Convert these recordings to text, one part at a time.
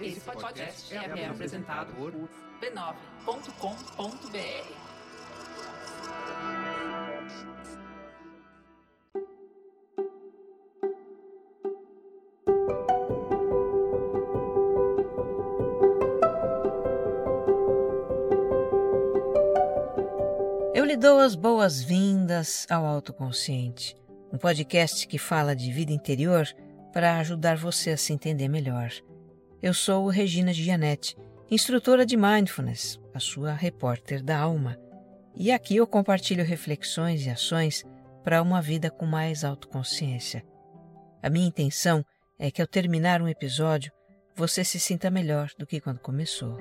Esse podcast é apresentado por b9.com.br. Eu lhe dou as boas-vindas ao Autoconsciente, um podcast que fala de vida interior para ajudar você a se entender melhor. Eu sou Regina Gianetti, instrutora de Mindfulness, a sua repórter da alma. E aqui eu compartilho reflexões e ações para uma vida com mais autoconsciência. A minha intenção é que ao terminar um episódio, você se sinta melhor do que quando começou.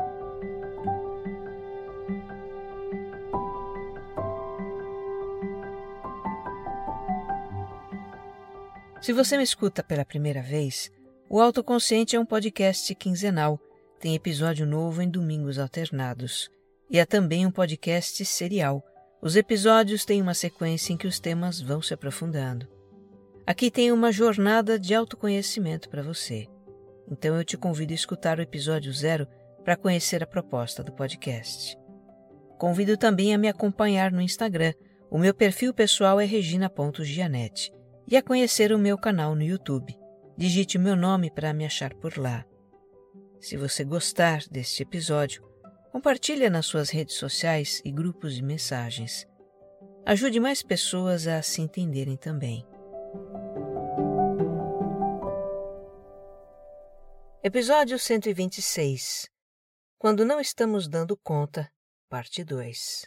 Se você me escuta pela primeira vez, o Autoconsciente é um podcast quinzenal, tem episódio novo em domingos alternados. E é também um podcast serial. Os episódios têm uma sequência em que os temas vão se aprofundando. Aqui tem uma jornada de autoconhecimento para você. Então eu te convido a escutar o episódio 0 para conhecer a proposta do podcast. Convido também a me acompanhar no Instagram. O meu perfil pessoal é regina.gianetti. E a conhecer o meu canal no YouTube. Digite o meu nome para me achar por lá. Se você gostar deste episódio, compartilhe nas suas redes sociais e grupos de mensagens. Ajude mais pessoas a se entenderem também. Episódio 126. Quando não estamos dando conta, parte 2.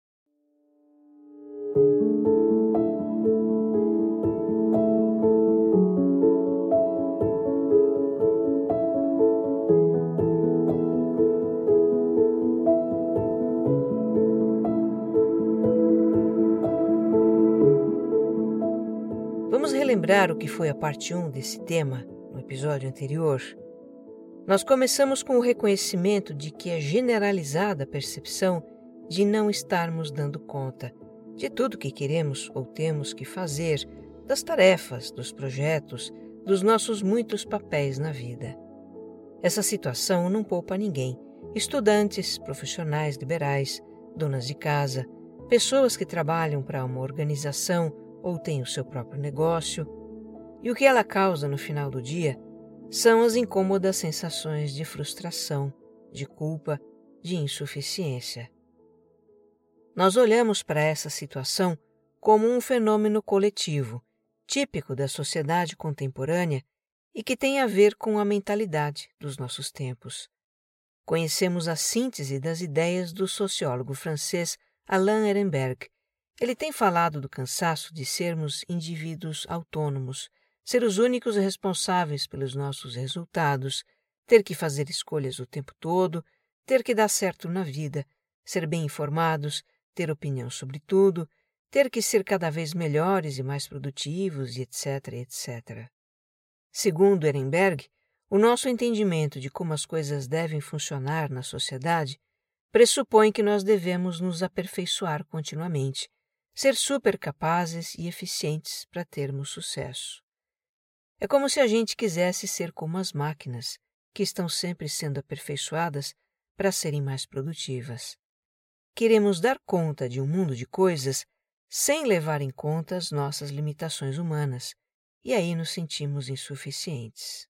Vamos relembrar o que foi a parte 1 desse tema no episódio anterior. Nós começamos com o reconhecimento de que é generalizada a percepção de não estarmos dando conta de tudo que queremos ou temos que fazer, das tarefas, dos projetos, dos nossos muitos papéis na vida. Essa situação não poupa ninguém: estudantes, profissionais liberais, donas de casa, pessoas que trabalham para uma organização ou tem o seu próprio negócio, e o que ela causa no final do dia são as incômodas sensações de frustração, de culpa, de insuficiência. Nós olhamos para essa situação como um fenômeno coletivo, típico da sociedade contemporânea e que tem a ver com a mentalidade dos nossos tempos. Conhecemos a síntese das ideias do sociólogo francês Alain Ehrenberg. Ele tem falado do cansaço de sermos indivíduos autônomos, ser os únicos responsáveis pelos nossos resultados, ter que fazer escolhas o tempo todo, ter que dar certo na vida, ser bem informados, ter opinião sobre tudo, ter que ser cada vez melhores e mais produtivos, e etc, etc. Segundo Ehrenberg, o nosso entendimento de como as coisas devem funcionar na sociedade pressupõe que nós devemos nos aperfeiçoar continuamente, ser super capazes e eficientes para termos sucesso. É como se a gente quisesse ser como as máquinas, que estão sempre sendo aperfeiçoadas para serem mais produtivas. Queremos dar conta de um mundo de coisas sem levar em conta as nossas limitações humanas, e aí nos sentimos insuficientes.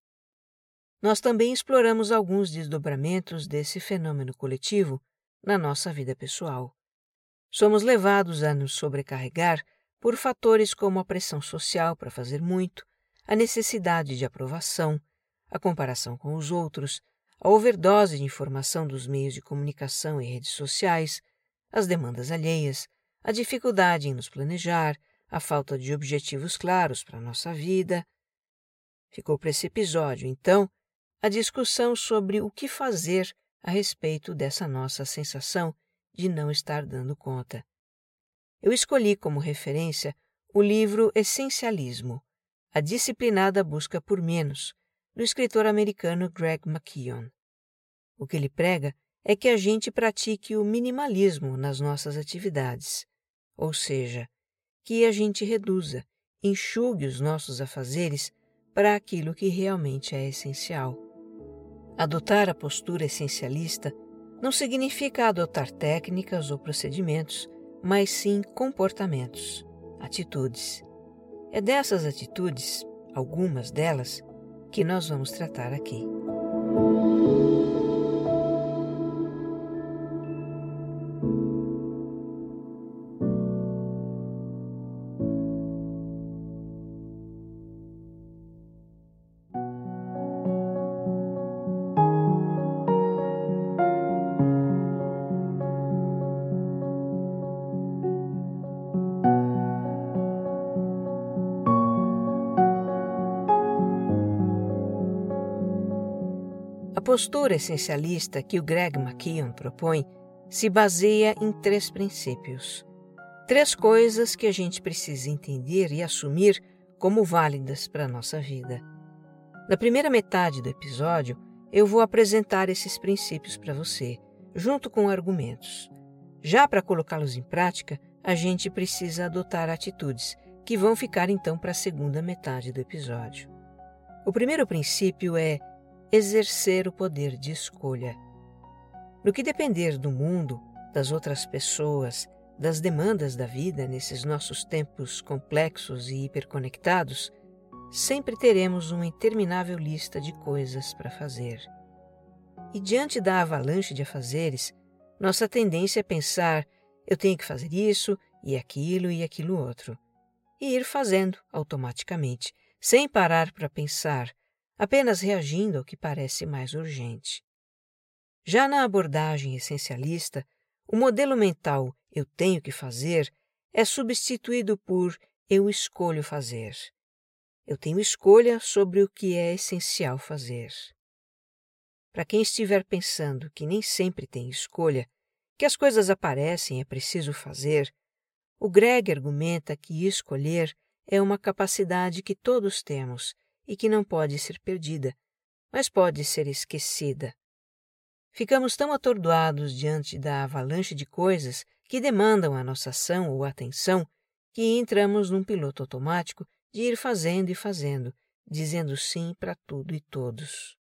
Nós também exploramos alguns desdobramentos desse fenômeno coletivo na nossa vida pessoal. Somos levados a nos sobrecarregar por fatores como a pressão social para fazer muito, a necessidade de aprovação, a comparação com os outros, a overdose de informação dos meios de comunicação e redes sociais, as demandas alheias, a dificuldade em nos planejar, a falta de objetivos claros para a nossa vida. Ficou para esse episódio, então, a discussão sobre o que fazer a respeito dessa nossa sensação de não estar dando conta. Eu escolhi como referência o livro Essencialismo, a disciplinada busca por menos, do escritor americano Greg McKeown. O que ele prega é que a gente pratique o minimalismo nas nossas atividades, ou seja, que a gente reduza, enxugue os nossos afazeres para aquilo que realmente é essencial. Adotar a postura essencialista não significa adotar técnicas ou procedimentos, mas sim comportamentos, atitudes. É dessas atitudes, algumas delas, que nós vamos tratar aqui. A postura essencialista que o Greg McKeown propõe se baseia em 3 princípios. 3 coisas que a gente precisa entender e assumir como válidas para a nossa vida. Na primeira metade do episódio, eu vou apresentar esses princípios para você, junto com argumentos. Já para colocá-los em prática, a gente precisa adotar atitudes, que vão ficar então para a segunda metade do episódio. O primeiro princípio é exercer o poder de escolha. No que depender do mundo, das outras pessoas, das demandas da vida nesses nossos tempos complexos e hiperconectados, sempre teremos uma interminável lista de coisas para fazer. E diante da avalanche de afazeres, nossa tendência é pensar, eu tenho que fazer isso e aquilo outro, e ir fazendo automaticamente, sem parar para pensar, apenas reagindo ao que parece mais urgente. Já na abordagem essencialista, o modelo mental eu tenho que fazer é substituído por eu escolho fazer. Eu tenho escolha sobre o que é essencial fazer. Para quem estiver pensando que nem sempre tem escolha, que as coisas aparecem e é preciso fazer, o Greg argumenta que escolher é uma capacidade que todos temos e que não pode ser perdida, mas pode ser esquecida. Ficamos tão atordoados diante da avalanche de coisas que demandam a nossa ação ou atenção que entramos num piloto automático de ir fazendo e fazendo, dizendo sim para tudo e todos.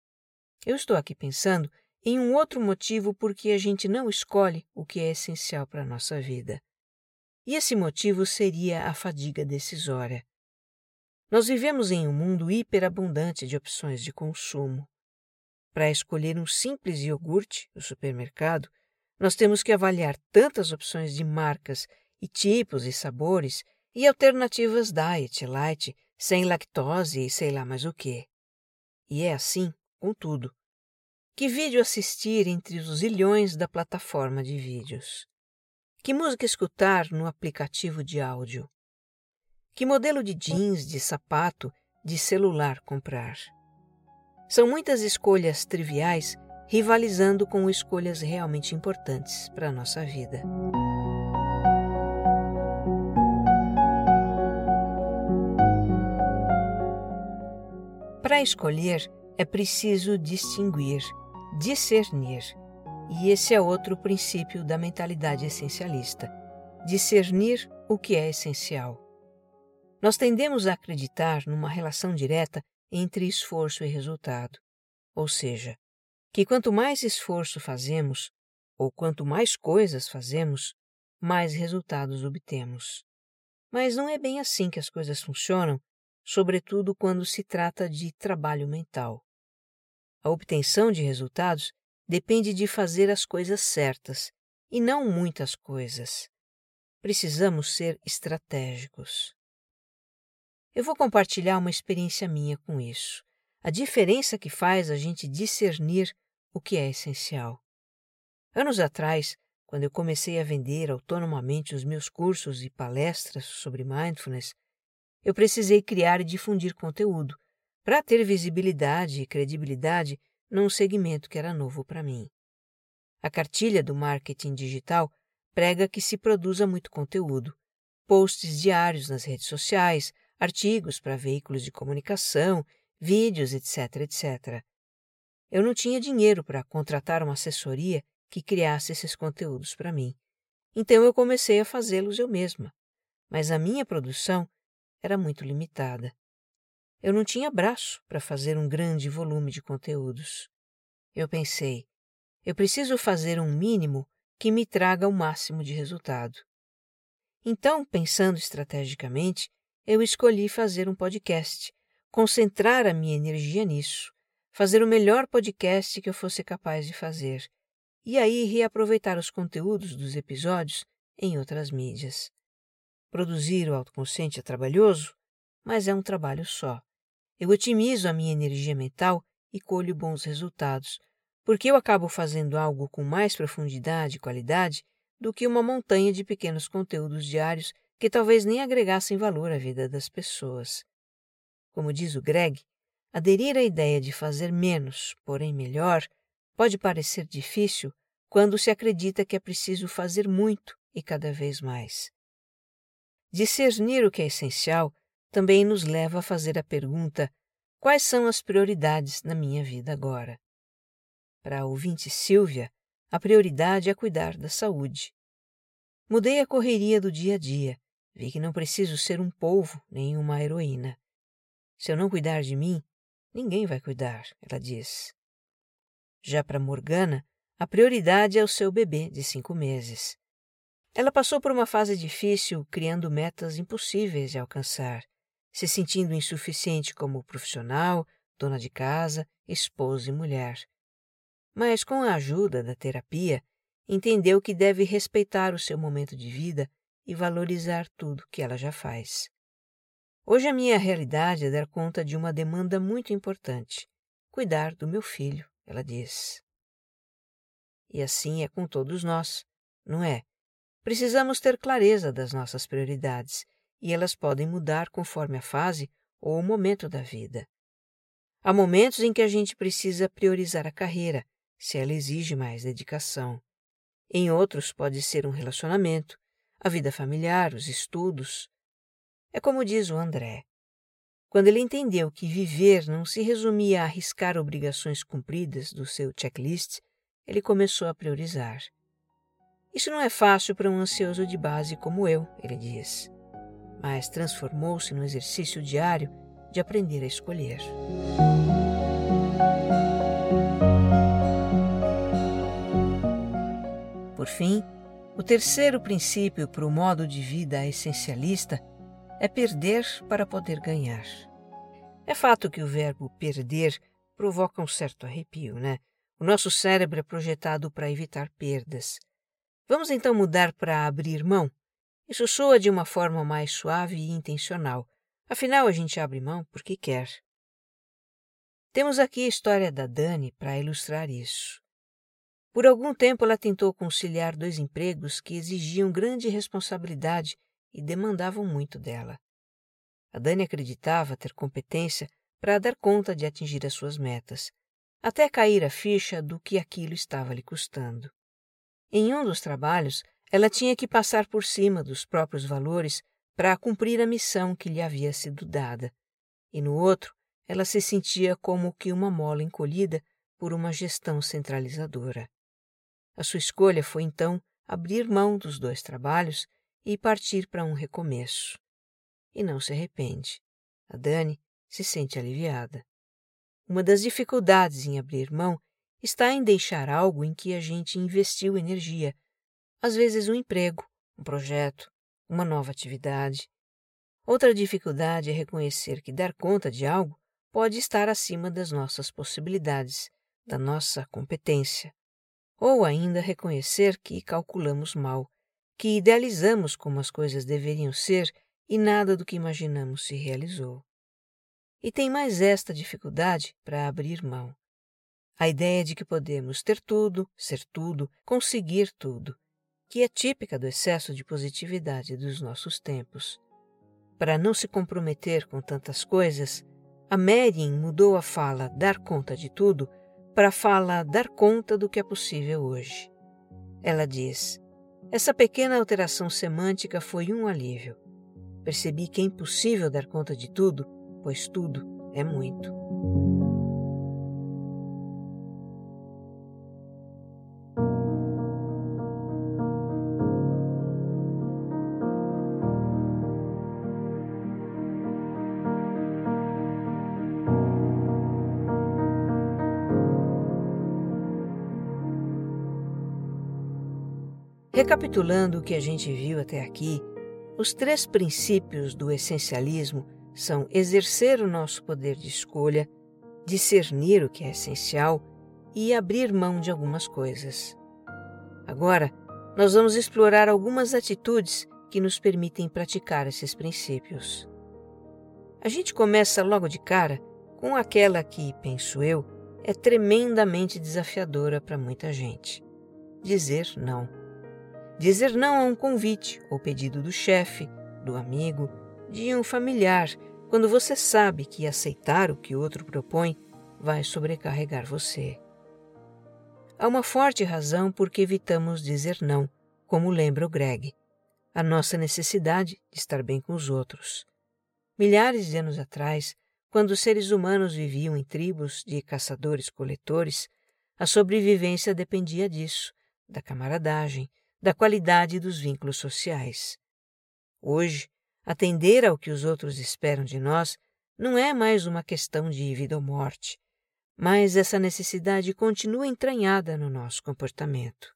Eu estou aqui pensando em um outro motivo por que a gente não escolhe o que é essencial para a nossa vida. E esse motivo seria a fadiga decisória. Nós vivemos em um mundo hiperabundante de opções de consumo. Para escolher um simples iogurte no supermercado, nós temos que avaliar tantas opções de marcas e tipos e sabores e alternativas diet, light, sem lactose e sei lá mais o quê. E é assim com tudo. Que vídeo assistir entre os zilhões da plataforma de vídeos? Que música escutar no aplicativo de áudio? Que modelo de jeans, de sapato, de celular comprar? São muitas escolhas triviais rivalizando com escolhas realmente importantes para a nossa vida. Para escolher, é preciso distinguir, discernir. E esse é outro princípio da mentalidade essencialista: discernir o que é essencial. Nós tendemos a acreditar numa relação direta entre esforço e resultado, ou seja, que quanto mais esforço fazemos, ou quanto mais coisas fazemos, mais resultados obtemos. Mas não é bem assim que as coisas funcionam, sobretudo quando se trata de trabalho mental. A obtenção de resultados depende de fazer as coisas certas, e não muitas coisas. Precisamos ser estratégicos. Eu vou compartilhar uma experiência minha com isso. A diferença que faz a gente discernir o que é essencial. Anos atrás, quando eu comecei a vender autonomamente os meus cursos e palestras sobre mindfulness, eu precisei criar e difundir conteúdo para ter visibilidade e credibilidade num segmento que era novo para mim. A cartilha do marketing digital prega que se produza muito conteúdo, posts diários nas redes sociais, artigos para veículos de comunicação, vídeos, etc, etc. Eu não tinha dinheiro para contratar uma assessoria que criasse esses conteúdos para mim. Então eu comecei a fazê-los eu mesma, mas a minha produção era muito limitada. Eu não tinha braço para fazer um grande volume de conteúdos. Eu pensei, eu preciso fazer um mínimo que me traga o máximo de resultado. Então, pensando estrategicamente, eu escolhi fazer um podcast, concentrar a minha energia nisso, fazer o melhor podcast que eu fosse capaz de fazer, e aí reaproveitar os conteúdos dos episódios em outras mídias. Produzir o autoconsciente é trabalhoso, mas é um trabalho só. Eu otimizo a minha energia mental e colho bons resultados, porque eu acabo fazendo algo com mais profundidade e qualidade do que uma montanha de pequenos conteúdos diários que talvez nem agregassem valor à vida das pessoas. Como diz o Greg, aderir à ideia de fazer menos, porém melhor, pode parecer difícil quando se acredita que é preciso fazer muito e cada vez mais. Discernir o que é essencial também nos leva a fazer a pergunta: quais são as prioridades na minha vida agora? Para a ouvinte Silvia, a prioridade é cuidar da saúde. Mudei a correria do dia a dia, vi que não preciso ser um polvo nem uma heroína. Se eu não cuidar de mim, ninguém vai cuidar, ela diz. Já para Morgana, a prioridade é o seu bebê de 5 meses. Ela passou por uma fase difícil, criando metas impossíveis de alcançar, se sentindo insuficiente como profissional, dona de casa, esposa e mulher. Mas com a ajuda da terapia, entendeu que deve respeitar o seu momento de vida e valorizar tudo que ela já faz. Hoje a minha realidade é dar conta de uma demanda muito importante: cuidar do meu filho, ela diz. E assim é com todos nós, não é? Precisamos ter clareza das nossas prioridades, e elas podem mudar conforme a fase ou o momento da vida. Há momentos em que a gente precisa priorizar a carreira, se ela exige mais dedicação. Em outros pode ser um relacionamento, a vida familiar, os estudos. É como diz o André. Quando ele entendeu que viver não se resumia a arriscar obrigações cumpridas do seu checklist, ele começou a priorizar. Isso não é fácil para um ansioso de base como eu, ele diz, mas transformou-se no exercício diário de aprender a escolher. Por fim, o terceiro princípio para o modo de vida essencialista é perder para poder ganhar. É fato que o verbo perder provoca um certo arrepio, né? O nosso cérebro é projetado para evitar perdas. Vamos então mudar para abrir mão? Isso soa de uma forma mais suave e intencional. Afinal, a gente abre mão porque quer. Temos aqui a história da Dani para ilustrar isso. Por algum tempo ela tentou conciliar 2 empregos que exigiam grande responsabilidade e demandavam muito dela. A Dani acreditava ter competência para dar conta de atingir as suas metas, até cair a ficha do que aquilo estava lhe custando. Em um dos trabalhos, ela tinha que passar por cima dos próprios valores para cumprir a missão que lhe havia sido dada, e no outro, ela se sentia como que uma mola encolhida por uma gestão centralizadora. A sua escolha foi, então, abrir mão dos 2 trabalhos e partir para um recomeço. E não se arrepende. A Dani se sente aliviada. Uma das dificuldades em abrir mão está em deixar algo em que a gente investiu energia, às vezes um emprego, um projeto, uma nova atividade. Outra dificuldade é reconhecer que dar conta de algo pode estar acima das nossas possibilidades, da nossa competência. Ou ainda reconhecer que calculamos mal, que idealizamos como as coisas deveriam ser e nada do que imaginamos se realizou. E tem mais esta dificuldade para abrir mão. A ideia de que podemos ter tudo, ser tudo, conseguir tudo, que é típica do excesso de positividade dos nossos tempos. Para não se comprometer com tantas coisas, a Marian mudou a fala dar conta de tudo para a fala dar conta do que é possível hoje. Ela diz: essa pequena alteração semântica foi um alívio. Percebi que é impossível dar conta de tudo, pois tudo é muito. Recapitulando o que a gente viu até aqui, os 3 princípios do essencialismo são exercer o nosso poder de escolha, discernir o que é essencial e abrir mão de algumas coisas. Agora, nós vamos explorar algumas atitudes que nos permitem praticar esses princípios. A gente começa logo de cara com aquela que, penso eu, é tremendamente desafiadora para muita gente: dizer não. Dizer não a um convite ou pedido do chefe, do amigo, de um familiar, quando você sabe que aceitar o que o outro propõe vai sobrecarregar você. Há uma forte razão por que evitamos dizer não, como lembra o Greg: a nossa necessidade de estar bem com os outros. Milhares de anos atrás, quando os seres humanos viviam em tribos de caçadores-coletores, a sobrevivência dependia disso, da camaradagem, da qualidade dos vínculos sociais. Hoje, atender ao que os outros esperam de nós não é mais uma questão de vida ou morte, mas essa necessidade continua entranhada no nosso comportamento.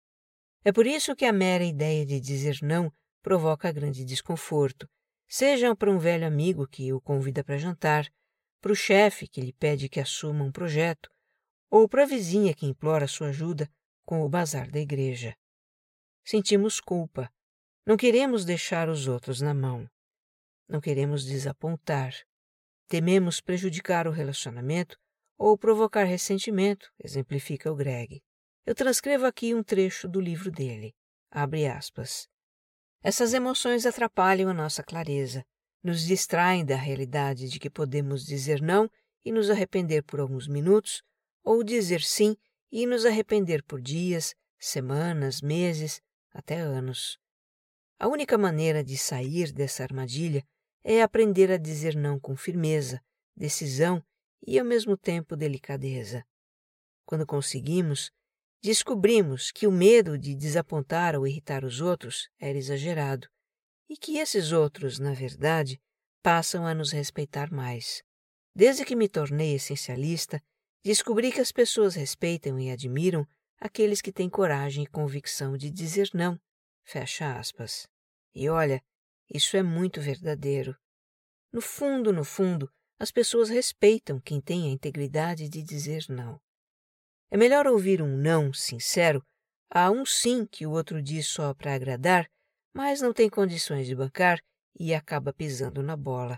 É por isso que a mera ideia de dizer não provoca grande desconforto, seja para um velho amigo que o convida para jantar, para o chefe que lhe pede que assuma um projeto, ou para a vizinha que implora sua ajuda com o bazar da igreja. Sentimos culpa. Não queremos deixar os outros na mão. Não queremos desapontar. Tememos prejudicar o relacionamento ou provocar ressentimento, exemplifica o Greg. Eu transcrevo aqui um trecho do livro dele. Abre aspas. Essas emoções atrapalham a nossa clareza, nos distraem da realidade de que podemos dizer não e nos arrepender por alguns minutos, ou dizer sim e nos arrepender por dias, semanas, meses, até anos. A única maneira de sair dessa armadilha é aprender a dizer não com firmeza, decisão e, ao mesmo tempo, delicadeza. Quando conseguimos, descobrimos que o medo de desapontar ou irritar os outros era exagerado e que esses outros, na verdade, passam a nos respeitar mais. Desde que me tornei essencialista, descobri que as pessoas respeitam e admiram aqueles que têm coragem e convicção de dizer não. Fecha aspas. E olha, isso é muito verdadeiro. No fundo, as pessoas respeitam quem tem a integridade de dizer não. É melhor ouvir um não sincero a um sim que o outro diz só para agradar, mas não tem condições de bancar e acaba pisando na bola.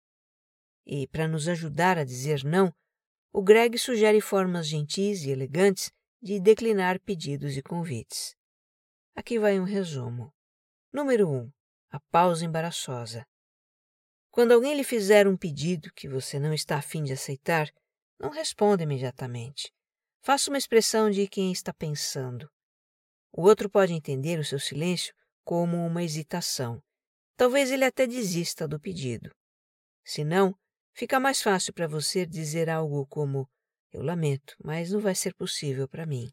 E, para nos ajudar a dizer não, o Greg sugere formas gentis e elegantes de declinar pedidos e convites. Aqui vai um resumo. Número 1. A pausa embaraçosa. Quando alguém lhe fizer um pedido que você não está a fim de aceitar, não responda imediatamente. Faça uma expressão de quem está pensando. O outro pode entender o seu silêncio como uma hesitação. Talvez ele até desista do pedido. Se não, fica mais fácil para você dizer algo como: eu lamento, mas não vai ser possível para mim.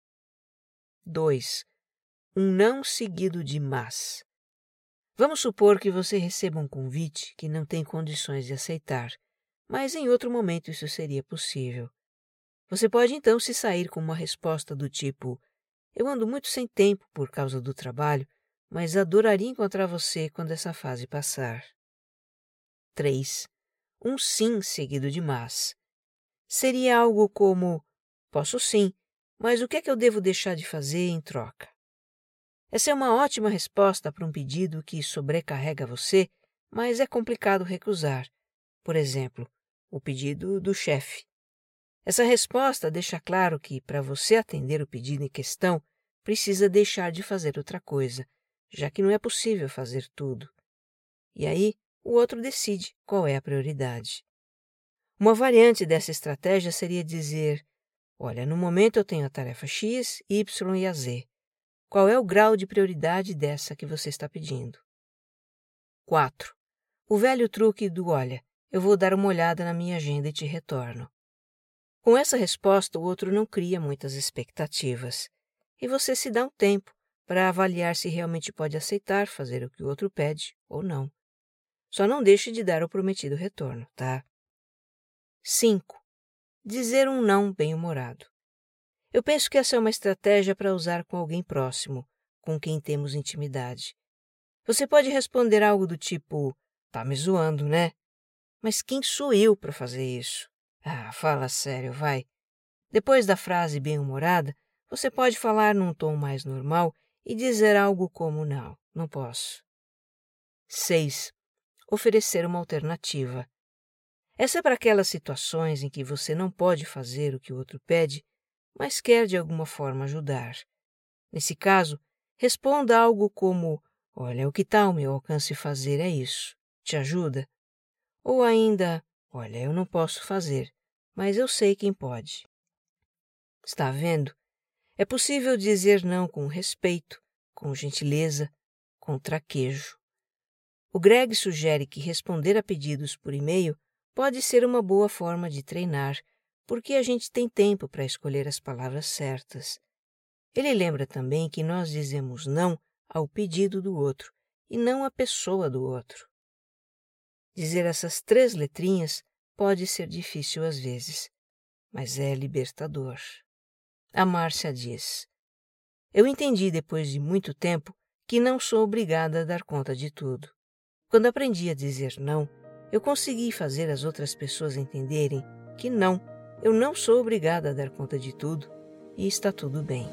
2. Um não seguido de mas. Vamos supor que você receba um convite que não tem condições de aceitar, mas em outro momento isso seria possível. Você pode então se sair com uma resposta do tipo: eu ando muito sem tempo por causa do trabalho, mas adoraria encontrar você quando essa fase passar. 3. Um sim seguido de mas. Seria algo como: posso sim, mas o que é que eu devo deixar de fazer em troca? Essa é uma ótima resposta para um pedido que sobrecarrega você, mas é complicado recusar. Por exemplo, o pedido do chefe. Essa resposta deixa claro que, para você atender o pedido em questão, precisa deixar de fazer outra coisa, já que não é possível fazer tudo. E aí, o outro decide qual é a prioridade. Uma variante dessa estratégia seria dizer: olha, no momento eu tenho a tarefa X, Y e a Z. Qual é o grau de prioridade dessa que você está pedindo? 4. O velho truque do olha, eu vou dar uma olhada na minha agenda e te retorno. Com essa resposta, o outro não cria muitas expectativas e você se dá um tempo para avaliar se realmente pode aceitar fazer o que o outro pede ou não. Só não deixe de dar o prometido retorno, tá? 5. Dizer um não bem-humorado. Eu penso que essa é uma estratégia para usar com alguém próximo, com quem temos intimidade. Você pode responder algo do tipo, tá me zoando, né? Mas quem sou eu para fazer isso? Ah, fala sério, vai. Depois da frase bem-humorada, você pode falar num tom mais normal e dizer algo como não, não posso. 6. Oferecer uma alternativa. Essa é para aquelas situações em que você não pode fazer o que o outro pede, mas quer de alguma forma ajudar. Nesse caso, responda algo como, olha, o que está ao meu alcance fazer é isso, te ajuda? Ou ainda, olha, eu não posso fazer, mas eu sei quem pode. Está vendo? É possível dizer não com respeito, com gentileza, com traquejo. O Greg sugere que responder a pedidos por e-mail pode ser uma boa forma de treinar, porque a gente tem tempo para escolher as palavras certas. Ele lembra também que nós dizemos não ao pedido do outro e não à pessoa do outro. Dizer essas 3 letrinhas pode ser difícil às vezes, mas é libertador. A Márcia diz, eu entendi depois de muito tempo que não sou obrigada a dar conta de tudo. Quando aprendi a dizer não, eu consegui fazer as outras pessoas entenderem que não, eu não sou obrigada a dar conta de tudo e está tudo bem.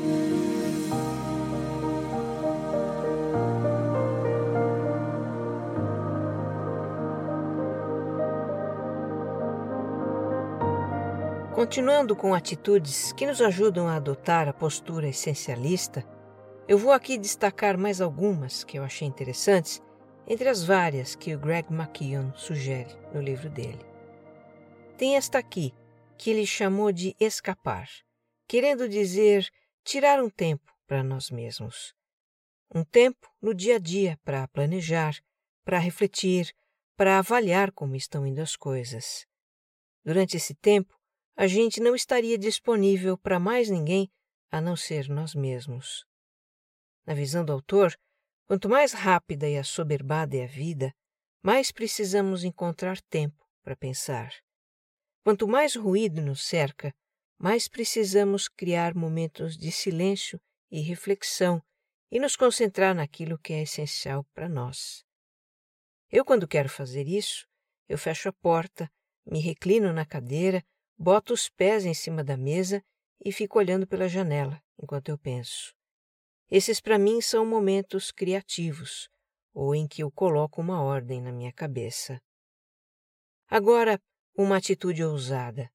Continuando com atitudes que nos ajudam a adotar a postura essencialista, eu vou aqui destacar mais algumas que eu achei interessantes, entre as várias que o Greg McKeown sugere no livro dele. Tem esta aqui, que ele chamou de escapar, querendo dizer tirar um tempo para nós mesmos. Um tempo no dia a dia para planejar, para refletir, para avaliar como estão indo as coisas. Durante esse tempo, a gente não estaria disponível para mais ninguém a não ser nós mesmos. Na visão do autor, quanto mais rápida e assoberbada é a vida, mais precisamos encontrar tempo para pensar. Quanto mais ruído nos cerca, mais precisamos criar momentos de silêncio e reflexão e nos concentrar naquilo que é essencial para nós. Eu, quando quero fazer isso, eu fecho a porta, me reclino na cadeira, boto os pés em cima da mesa e fico olhando pela janela enquanto eu penso. Esses, para mim, são momentos criativos, ou em que eu coloco uma ordem na minha cabeça. Agora, uma atitude ousada: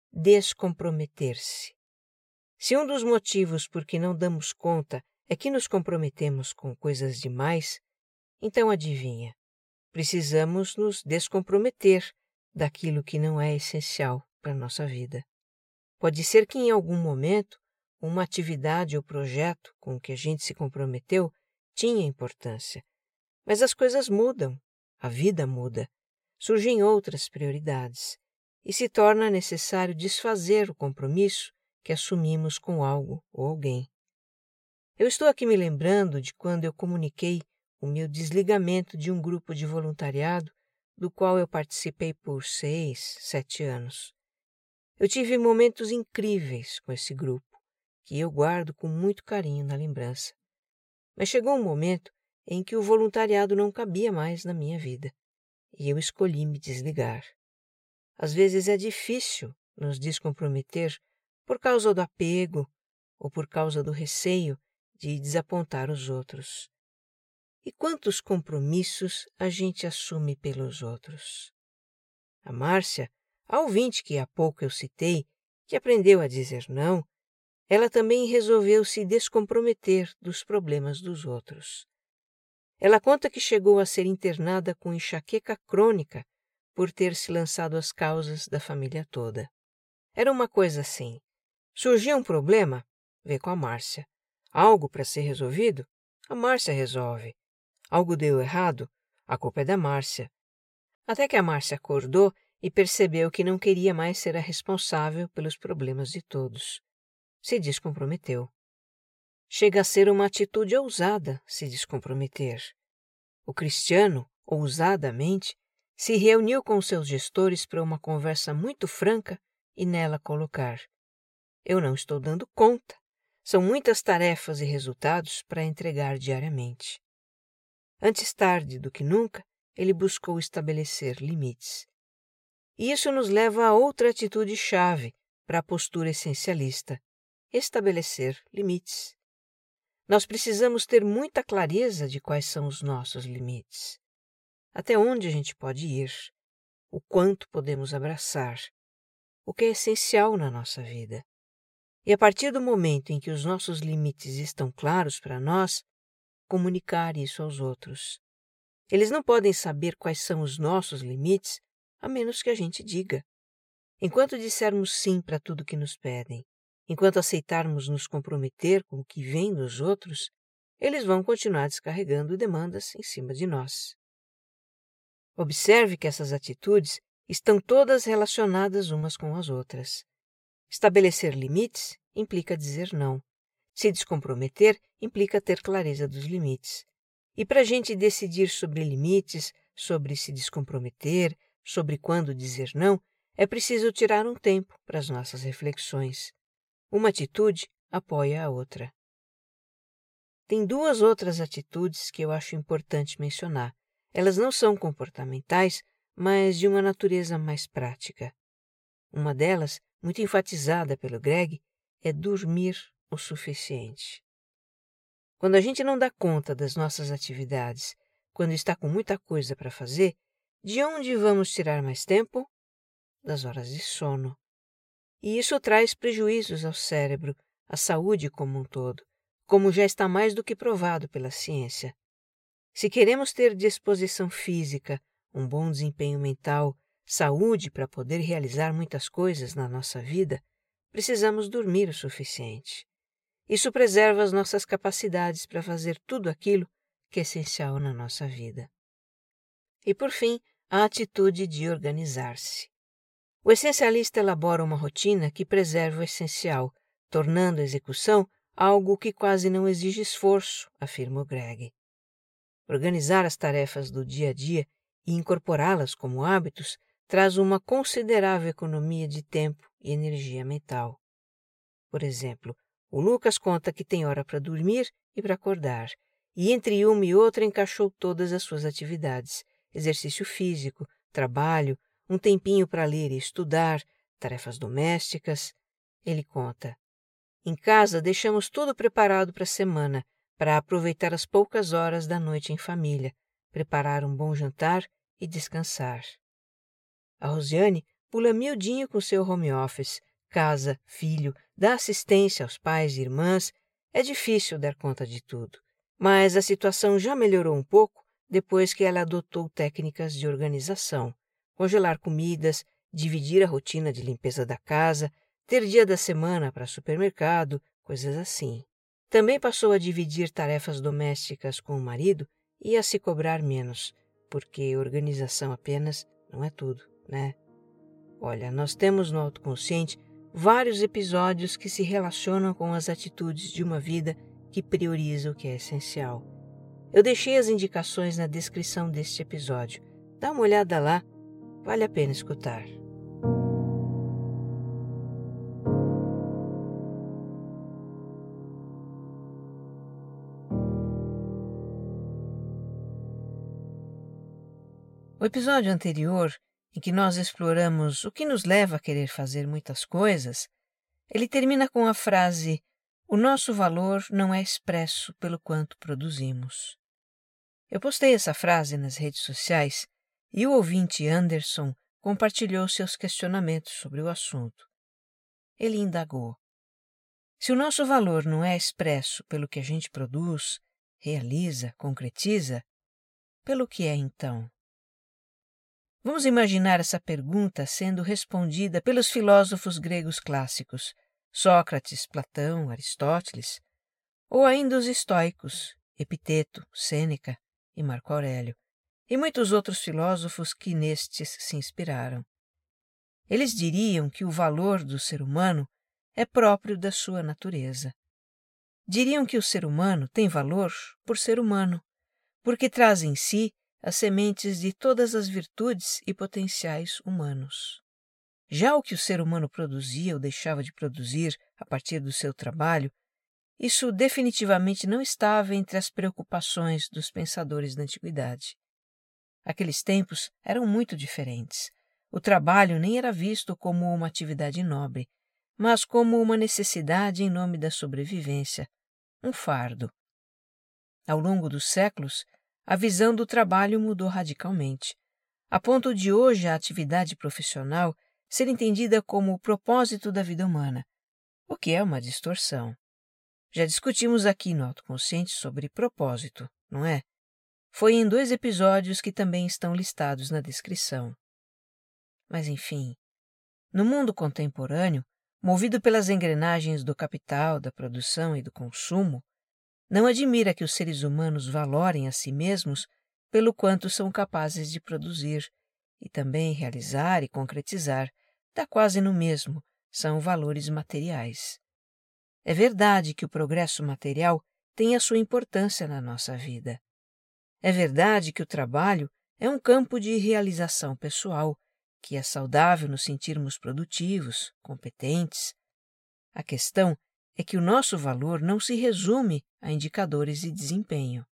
descomprometer-se. Se um dos motivos por que não damos conta é que nos comprometemos com coisas demais, então adivinha, precisamos nos descomprometer daquilo que não é essencial para a nossa vida. Pode ser que em algum momento uma atividade ou projeto com que a gente se comprometeu tinha importância, mas as coisas mudam, a vida muda, surgem outras prioridades e se torna necessário desfazer o compromisso que assumimos com algo ou alguém. Eu estou aqui me lembrando de quando eu comuniquei o meu desligamento de um grupo de voluntariado do qual eu participei por 6, 7 anos. Eu tive momentos incríveis com esse grupo, que eu guardo com muito carinho na lembrança. Mas chegou um momento em que o voluntariado não cabia mais na minha vida, e eu escolhi me desligar. Às vezes é difícil nos descomprometer por causa do apego ou por causa do receio de desapontar os outros. E quantos compromissos a gente assume pelos outros? A Márcia, a ouvinte que há pouco eu citei, que aprendeu a dizer não, ela também resolveu se descomprometer dos problemas dos outros. Ela conta que chegou a ser internada com enxaqueca crônica por ter se lançado às causas da família toda. Era uma coisa assim: surgia um problema? Vê com a Márcia. Algo para ser resolvido? A Márcia resolve. Algo deu errado? A culpa é da Márcia. Até que a Márcia acordou e percebeu que não queria mais ser a responsável pelos problemas de todos. Se descomprometeu. Chega a ser uma atitude ousada se descomprometer. O Cristiano, ousadamente, se reuniu com seus gestores para uma conversa muito franca e nela colocar: eu não estou dando conta. São muitas tarefas e resultados para entregar diariamente. Antes tarde do que nunca, ele buscou estabelecer limites. E isso nos leva a outra atitude-chave para a postura essencialista: estabelecer limites. Nós precisamos ter muita clareza de quais são os nossos limites. Até onde a gente pode ir, o quanto podemos abraçar, o que é essencial na nossa vida. E a partir do momento em que os nossos limites estão claros para nós, comunicar isso aos outros. Eles não podem saber quais são os nossos limites, a menos que a gente diga. Enquanto dissermos sim para tudo que nos pedem, enquanto aceitarmos nos comprometer com o que vem dos outros, eles vão continuar descarregando demandas em cima de nós. Observe que essas atitudes estão todas relacionadas umas com as outras. Estabelecer limites implica dizer não. Se descomprometer implica ter clareza dos limites. E para a gente decidir sobre limites, sobre se descomprometer, sobre quando dizer não, é preciso tirar um tempo para as nossas reflexões. Uma atitude apoia a outra. Tem duas outras atitudes que eu acho importante mencionar. Elas não são comportamentais, mas de uma natureza mais prática. Uma delas, muito enfatizada pelo Greg, é dormir o suficiente. Quando a gente não dá conta das nossas atividades, quando está com muita coisa para fazer, de onde vamos tirar mais tempo? Das horas de sono. E isso traz prejuízos ao cérebro, à saúde como um todo, como já está mais do que provado pela ciência. Se queremos ter disposição física, um bom desempenho mental, saúde para poder realizar muitas coisas na nossa vida, precisamos dormir o suficiente. Isso preserva as nossas capacidades para fazer tudo aquilo que é essencial na nossa vida. E, por fim, a atitude de organizar-se. O essencialista elabora uma rotina que preserva o essencial, tornando a execução algo que quase não exige esforço, afirma o Greg. Organizar as tarefas do dia a dia e incorporá-las como hábitos traz uma considerável economia de tempo e energia mental. Por exemplo, o Lucas conta que tem hora para dormir e para acordar, e entre uma e outra encaixou todas as suas atividades, exercício físico, trabalho, um tempinho para ler e estudar, tarefas domésticas. Ele conta: em casa deixamos tudo preparado para a semana, para aproveitar as poucas horas da noite em família, preparar um bom jantar e descansar. A Rosiane pula miudinho com seu home office, casa, filho, dá assistência aos pais e irmãs. É difícil dar conta de tudo, mas a situação já melhorou um pouco depois que ela adotou técnicas de organização, congelar comidas, dividir a rotina de limpeza da casa, ter dia da semana para supermercado, coisas assim. Também passou a dividir tarefas domésticas com o marido e a se cobrar menos, porque organização apenas não é tudo, né? Olha, nós temos no Autoconsciente vários episódios que se relacionam com as atitudes de uma vida que prioriza o que é essencial. Eu deixei as indicações na descrição deste episódio. Dá uma olhada lá, vale a pena escutar. O episódio anterior, em que nós exploramos o que nos leva a querer fazer muitas coisas, ele termina com a frase: o nosso valor não é expresso pelo quanto produzimos. Eu postei essa frase nas redes sociais e o ouvinte Anderson compartilhou seus questionamentos sobre o assunto. Ele indagou: se o nosso valor não é expresso pelo que a gente produz, realiza, concretiza, pelo que é então? Vamos imaginar essa pergunta sendo respondida pelos filósofos gregos clássicos, Sócrates, Platão, Aristóteles, ou ainda os estoicos, Epiteto, Sêneca e Marco Aurélio, e muitos outros filósofos que nestes se inspiraram. Eles diriam que o valor do ser humano é próprio da sua natureza. Diriam que o ser humano tem valor por ser humano, porque traz em si as sementes de todas as virtudes e potenciais humanos. Já o que o ser humano produzia ou deixava de produzir a partir do seu trabalho isso definitivamente não estava entre as preocupações dos pensadores da antiguidade. Aqueles tempos eram muito diferentes. O trabalho nem era visto como uma atividade nobre, mas como uma necessidade em nome da sobrevivência, um fardo. Ao longo dos séculos, a visão do trabalho mudou radicalmente, a ponto de hoje a atividade profissional ser entendida como o propósito da vida humana, o que é uma distorção. Já discutimos aqui no Autoconsciente sobre propósito, não é? Foi em 2 episódios que também estão listados na descrição. Mas, enfim, no mundo contemporâneo, movido pelas engrenagens do capital, da produção e do consumo, não admira que os seres humanos valorem a si mesmos pelo quanto são capazes de produzir e também realizar e concretizar, dá quase no mesmo, são valores materiais. É verdade que o progresso material tem a sua importância na nossa vida. É verdade que o trabalho é um campo de realização pessoal, que é saudável nos sentirmos produtivos, competentes. A questão é que o nosso valor não se resume a indicadores de desempenho.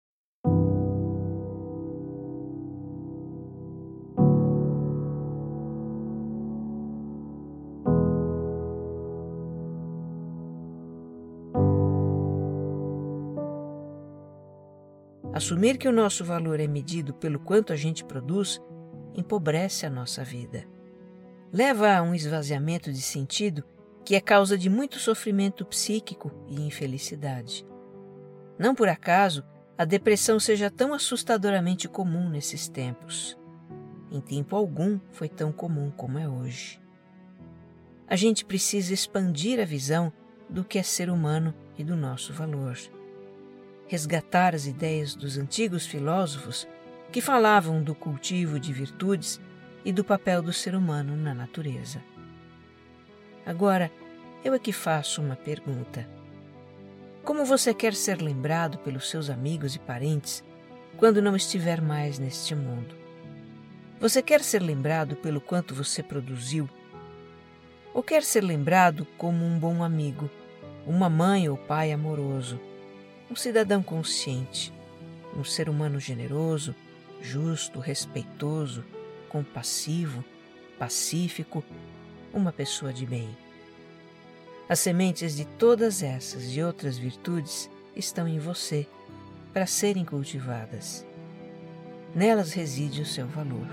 Assumir que o nosso valor é medido pelo quanto a gente produz empobrece a nossa vida. Leva a um esvaziamento de sentido que é causa de muito sofrimento psíquico e infelicidade. Não por acaso a depressão seja tão assustadoramente comum nesses tempos. Em tempo algum foi tão comum como é hoje. A gente precisa expandir a visão do que é ser humano e do nosso valor. Resgatar as ideias dos antigos filósofos que falavam do cultivo de virtudes e do papel do ser humano na natureza. Agora, eu aqui faço uma pergunta. Como você quer ser lembrado pelos seus amigos e parentes quando não estiver mais neste mundo? Você quer ser lembrado pelo quanto você produziu? Ou quer ser lembrado como um bom amigo, uma mãe ou pai amoroso, um cidadão consciente, um ser humano generoso, justo, respeitoso, compassivo, pacífico, uma pessoa de bem? As sementes de todas essas e outras virtudes estão em você para serem cultivadas. Nelas reside o seu valor.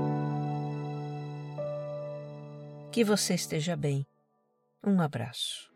Que você esteja bem. Um abraço.